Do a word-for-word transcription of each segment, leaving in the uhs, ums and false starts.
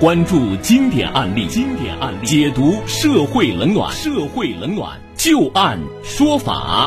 关注经典案例，经典案例解读社会冷暖，社会冷暖，就案说法。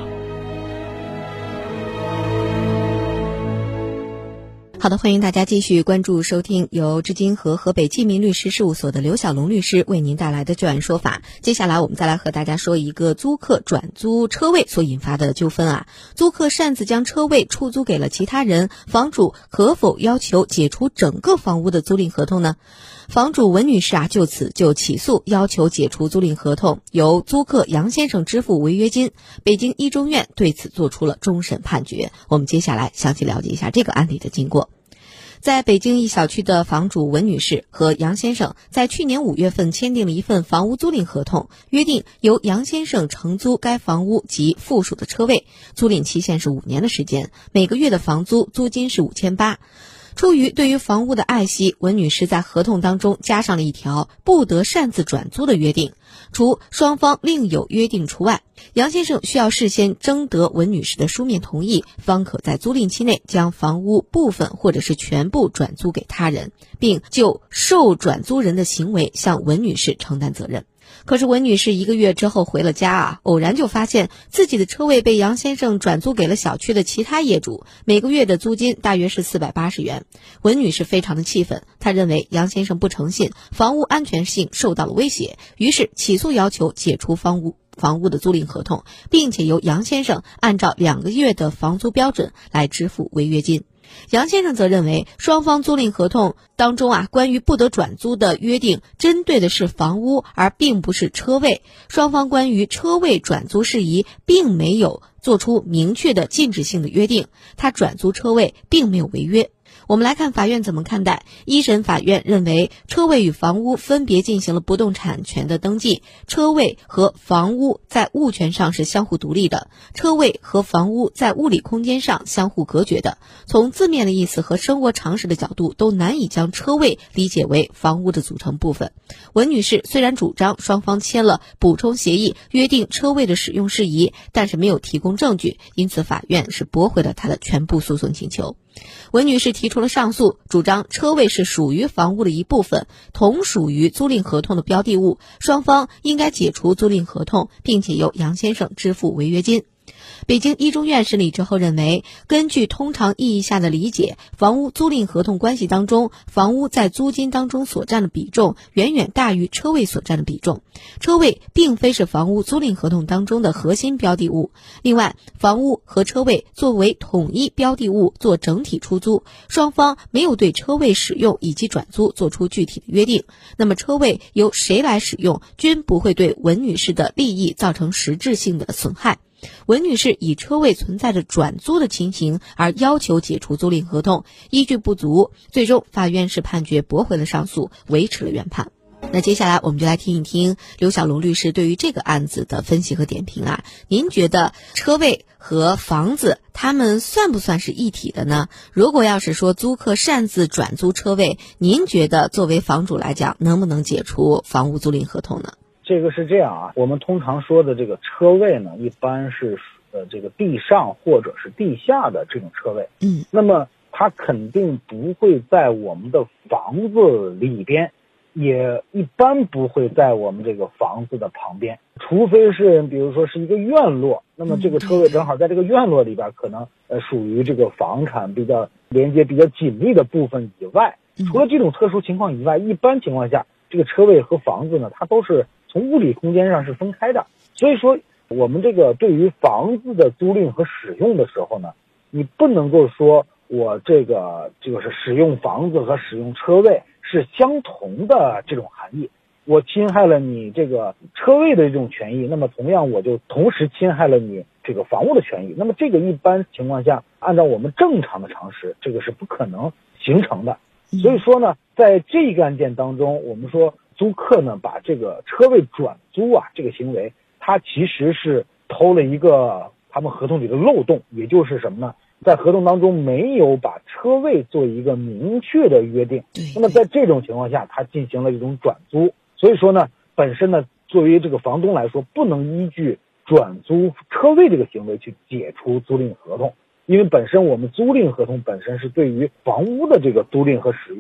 好的，欢迎大家继续关注收听由至今和河北济民律师事务所的刘小龙律师为您带来的就案说法。接下来我们再来和大家说一个租客转租车位所引发的纠纷啊。租客擅自将车位出租给了其他人，房主可否要求解除整个房屋的租赁合同呢？房主文女士啊，就此就起诉要求解除租赁合同，由租客杨先生支付违约金。北京一中院对此作出了终审判决。我们接下来详细了解一下这个案例的经过。在北京一小区的房主文女士和杨先生在去年五月份签订了一份房屋租赁合同，约定由杨先生承租该房屋及附属的车位，租赁期限是五年的时间，每个月的房租租金是五千八。出于对于房屋的爱惜，文女士在合同当中加上了一条不得擅自转租的约定，除双方另有约定除外。杨先生需要事先征得文女士的书面同意，方可在租赁期内将房屋部分或者是全部转租给他人，并就受转租人的行为向文女士承担责任。可是文女士一个月之后回了家啊，偶然就发现自己的车位被杨先生转租给了小区的其他业主，每个月的租金大约是四百八十元。文女士非常的气愤，她认为杨先生不诚信，房屋安全性受到了威胁，于是起诉要求解除房屋房屋的租赁合同，并且由杨先生按照两个月的房租标准来支付违约金。杨先生则认为，双方租赁合同当中啊，关于不得转租的约定针对的是房屋，而并不是车位。双方关于车位转租事宜并没有做出明确的禁止性的约定，他转租车位并没有违约。我们来看法院怎么看待。一审法院认为，车位与房屋分别进行了不动产权的登记，车位和房屋在物权上是相互独立的，车位和房屋在物理空间上相互隔绝的。从字面的意思和生活常识的角度，都难以将车位理解为房屋的组成部分。文女士虽然主张双方签了补充协议，约定车位的使用事宜，但是没有提供证据，因此法院是驳回了她的全部诉讼请求。文女士提出了上诉，主张车位是属于房屋的一部分，同属于租赁合同的标的物，双方应该解除租赁合同，并且由杨先生支付违约金。北京一中院审理之后认为，根据通常意义下的理解，房屋租赁合同关系当中，房屋在租金当中所占的比重远远大于车位所占的比重，车位并非是房屋租赁合同当中的核心标的物。另外，房屋和车位作为统一标的物做整体出租，双方没有对车位使用以及转租做出具体的约定，那么车位由谁来使用，均不会对文女士的利益造成实质性的损害。文女士以车位存在着转租的情形而要求解除租赁合同，依据不足，最终法院是判决驳回了上诉，维持了原判。那接下来我们就来听一听刘小龙律师对于这个案子的分析和点评啊。您觉得车位和房子他们算不算是一体的呢？如果要是说租客擅自转租车位，您觉得作为房主来讲，能不能解除房屋租赁合同呢？ 这个是这样啊，我们通常说的这个车位呢，一般是呃这个地上或者是地下的这种车位。嗯，那么它肯定不会在我们的房子里边，也一般不会在我们这个房子的旁边，除非是比如说是一个院落，那么这个车位正好在这个院落里边，可能呃属于这个房产比较连接比较紧密的部分以外，除了这种特殊情况以外，一般情况下这个车位和房子呢，它都是从物理空间上是分开的。所以说我们这个对于房子的租赁和使用的时候呢，你不能够说我这个这个是使用房子和使用车位是相同的这种含义，我侵害了你这个车位的这种权益，那么同样我就同时侵害了你这个房屋的权益。那么这个一般情况下按照我们正常的常识，这个是不可能形成的。所以说呢，在这个案件当中，我们说租客呢把这个车位转租啊这个行为，它其实是偷了一个他们合同里的漏洞，也就是什么呢，在合同当中没有把车位做一个明确的约定。那么在这种情况下，他进行了一种转租。所以说呢，本身呢作为这个房东来说，不能依据转租车位这个行为去解除租赁合同，因为本身我们租赁合同本身是对于房屋的这个租赁和使用，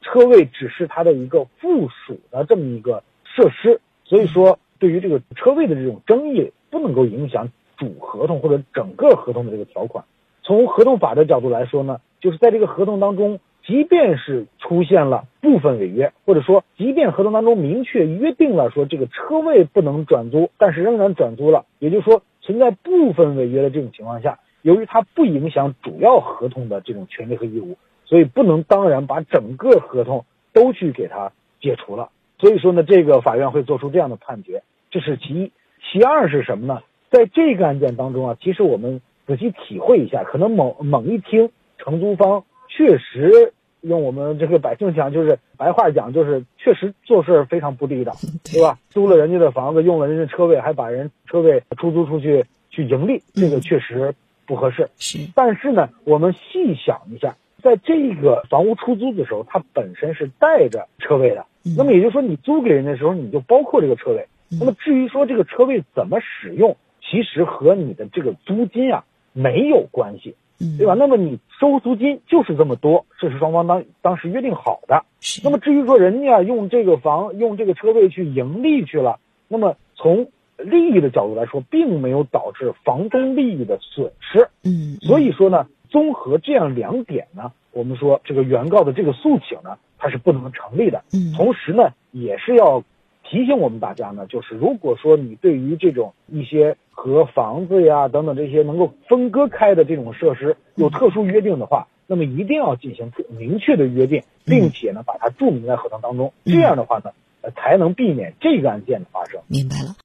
车位只是它的一个附属的这么一个设施，所以说对于这个车位的这种争议不能够影响主合同或者整个合同的这个条款。从合同法的角度来说呢，就是在这个合同当中，即便是出现了部分违约，或者说即便合同当中明确约定了说这个车位不能转租，但是仍然转租了，也就是说存在部分违约的这种情况下，由于它不影响主要合同的这种权利和义务，所以不能当然把整个合同都去给它解除了。所以说呢，这个法院会做出这样的判决，这是其一。其二是什么呢？在这个案件当中啊，其实我们仔细体会一下，可能猛猛一听，承租方确实用我们这个百姓讲，就是白话讲，就是确实做事非常不地道，对吧？租了人家的房子，用了人家车位，还把人车位出租出去去盈利，这个确实不合适。 是， 但是呢，我们细想一下，在这个房屋出租的时候，它本身是带着车位的，那么也就是说，你租给人的时候，你就包括这个车位。那么至于说这个车位怎么使用，其实和你的这个租金啊没有关系，对吧？那么你收租金就是这么多，这是双方当当时约定好的。那么至于说人家用这个房用这个车位去盈利去了，那么从利益的角度来说，并没有导致房东利益的损失。 嗯， 所以说呢，综合这样两点呢，我们说这个原告的这个诉请呢，它是不能成立的。 嗯， 同时呢，也是要提醒我们大家呢，就是如果说你对于这种一些和房子呀等等这些能够分割开的这种设施有特殊约定的话，那么一定要进行明确的约定，并且呢把它注明在合同当中，这样的话呢，呃才能避免这个案件的发生。 明白了。